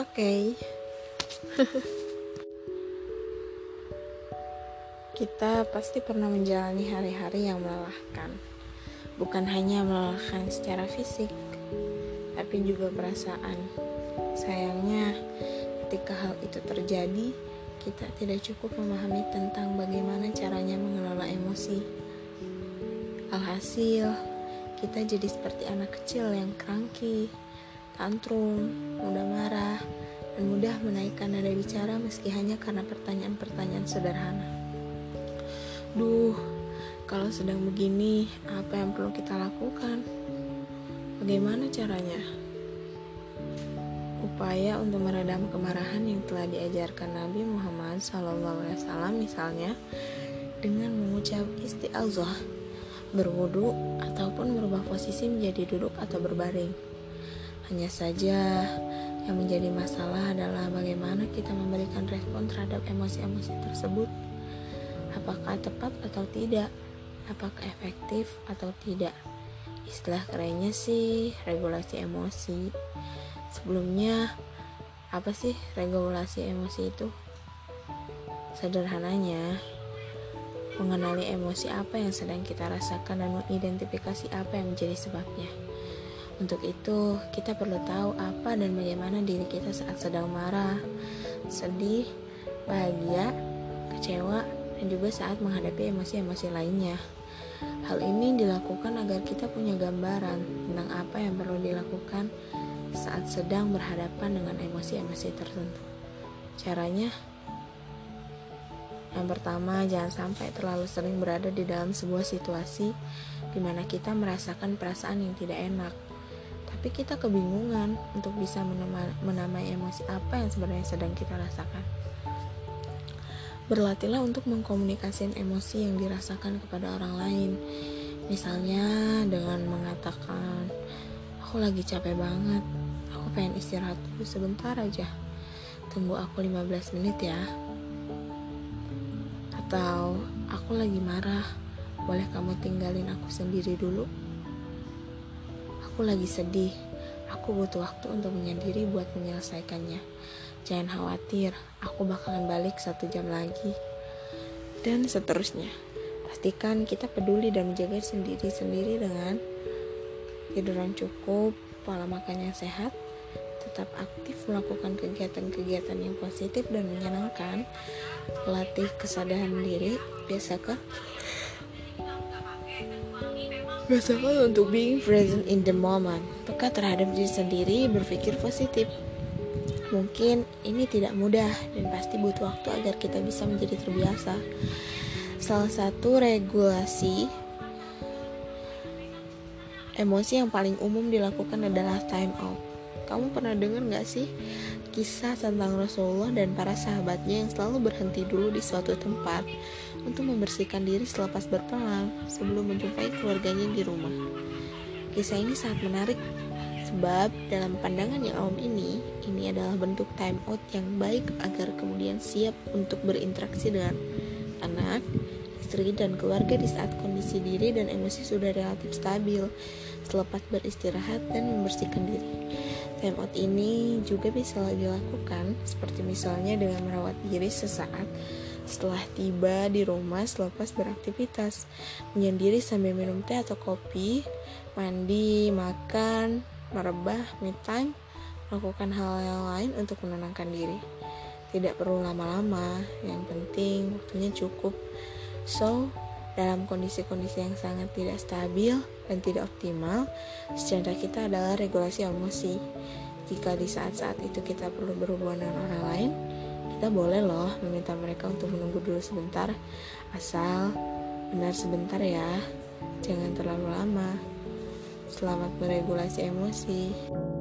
Oke. Kita pasti pernah menjalani hari-hari yang melelahkan. Bukan hanya melelahkan secara fisik, tapi juga perasaan. Sayangnya, ketika hal itu terjadi, kita tidak cukup memahami tentang bagaimana caranya mengelola emosi. Alhasil, kita jadi seperti anak kecil yang cranky, tantrum, mudah marah, dan mudah menaikkan nada bicara meski hanya karena pertanyaan-pertanyaan sederhana. Duh, kalau sedang begini, apa yang perlu kita lakukan? Bagaimana caranya? Upaya untuk meredam kemarahan yang telah diajarkan Nabi Muhammad SAW misalnya dengan mengucap isti'adzah, berwudu, ataupun merubah posisi menjadi duduk atau berbaring. Hanya saja yang menjadi masalah adalah bagaimana kita memberikan respon terhadap emosi-emosi tersebut. Apakah tepat atau tidak? Apakah efektif atau tidak? Istilah kerennya sih regulasi emosi. Sebelumnya, apa sih regulasi emosi itu? Sederhananya, mengenali emosi apa yang sedang kita rasakan dan mengidentifikasi apa yang menjadi sebabnya. Untuk itu, kita perlu tahu apa dan bagaimana diri kita saat sedang marah, sedih, bahagia, kecewa, dan juga saat menghadapi emosi-emosi lainnya. Hal ini dilakukan agar kita punya gambaran tentang apa yang perlu dilakukan saat sedang berhadapan dengan emosi-emosi tertentu. Caranya, yang pertama, jangan sampai terlalu sering berada di dalam sebuah situasi di mana kita merasakan perasaan yang tidak enak, tapi kita kebingungan untuk bisa menamai emosi apa yang sebenarnya sedang kita rasakan. Berlatihlah untuk mengkomunikasikan emosi yang dirasakan kepada orang lain. Misalnya dengan mengatakan, aku lagi capek banget, aku pengen istirahat dulu sebentar aja, tunggu aku 15 menit ya. Atau, aku lagi marah, boleh kamu tinggalin aku sendiri dulu? Aku lagi sedih, aku butuh waktu untuk menyendiri buat menyelesaikannya. Jangan khawatir, aku bakalan balik 1 jam lagi. Dan seterusnya. Pastikan kita peduli dan menjaga sendiri dengan tiduran cukup, pola makan yang sehat, tetap aktif melakukan kegiatan-kegiatan yang positif dan menyenangkan, latih kesadaran diri, biasakan untuk being present in the moment, peka terhadap diri sendiri, berpikir positif. Mungkin ini tidak mudah dan pasti butuh waktu agar kita bisa menjadi terbiasa. Salah satu regulasi emosi yang paling umum dilakukan adalah time out. Kamu pernah dengar gak sih kisah tentang Rasulullah dan para sahabatnya yang selalu berhenti dulu di suatu tempat untuk membersihkan diri selepas berperang sebelum menjumpai keluarganya di rumah? Kisah ini sangat menarik sebab dalam pandangan yang awam ini adalah bentuk time out yang baik agar kemudian siap untuk berinteraksi dengan anak, istri, dan keluarga di saat kondisi diri dan emosi sudah relatif stabil selepas beristirahat dan membersihkan diri. Time out ini juga bisa dilakukan seperti misalnya dengan merawat diri sesaat setelah tiba di rumah selepas beraktivitas, menyendiri sambil minum teh atau kopi, mandi, makan, merebah, me time, melakukan hal yang lain untuk menenangkan diri. Tidak perlu lama-lama, yang penting waktunya cukup. So, dalam kondisi-kondisi yang sangat tidak stabil dan tidak optimal, senjata kita adalah regulasi emosi. Jika di saat-saat itu kita perlu berhubungan dengan orang lain, kita boleh loh meminta mereka untuk menunggu dulu sebentar, asal benar sebentar ya, jangan terlalu lama. Selamat meregulasi emosi.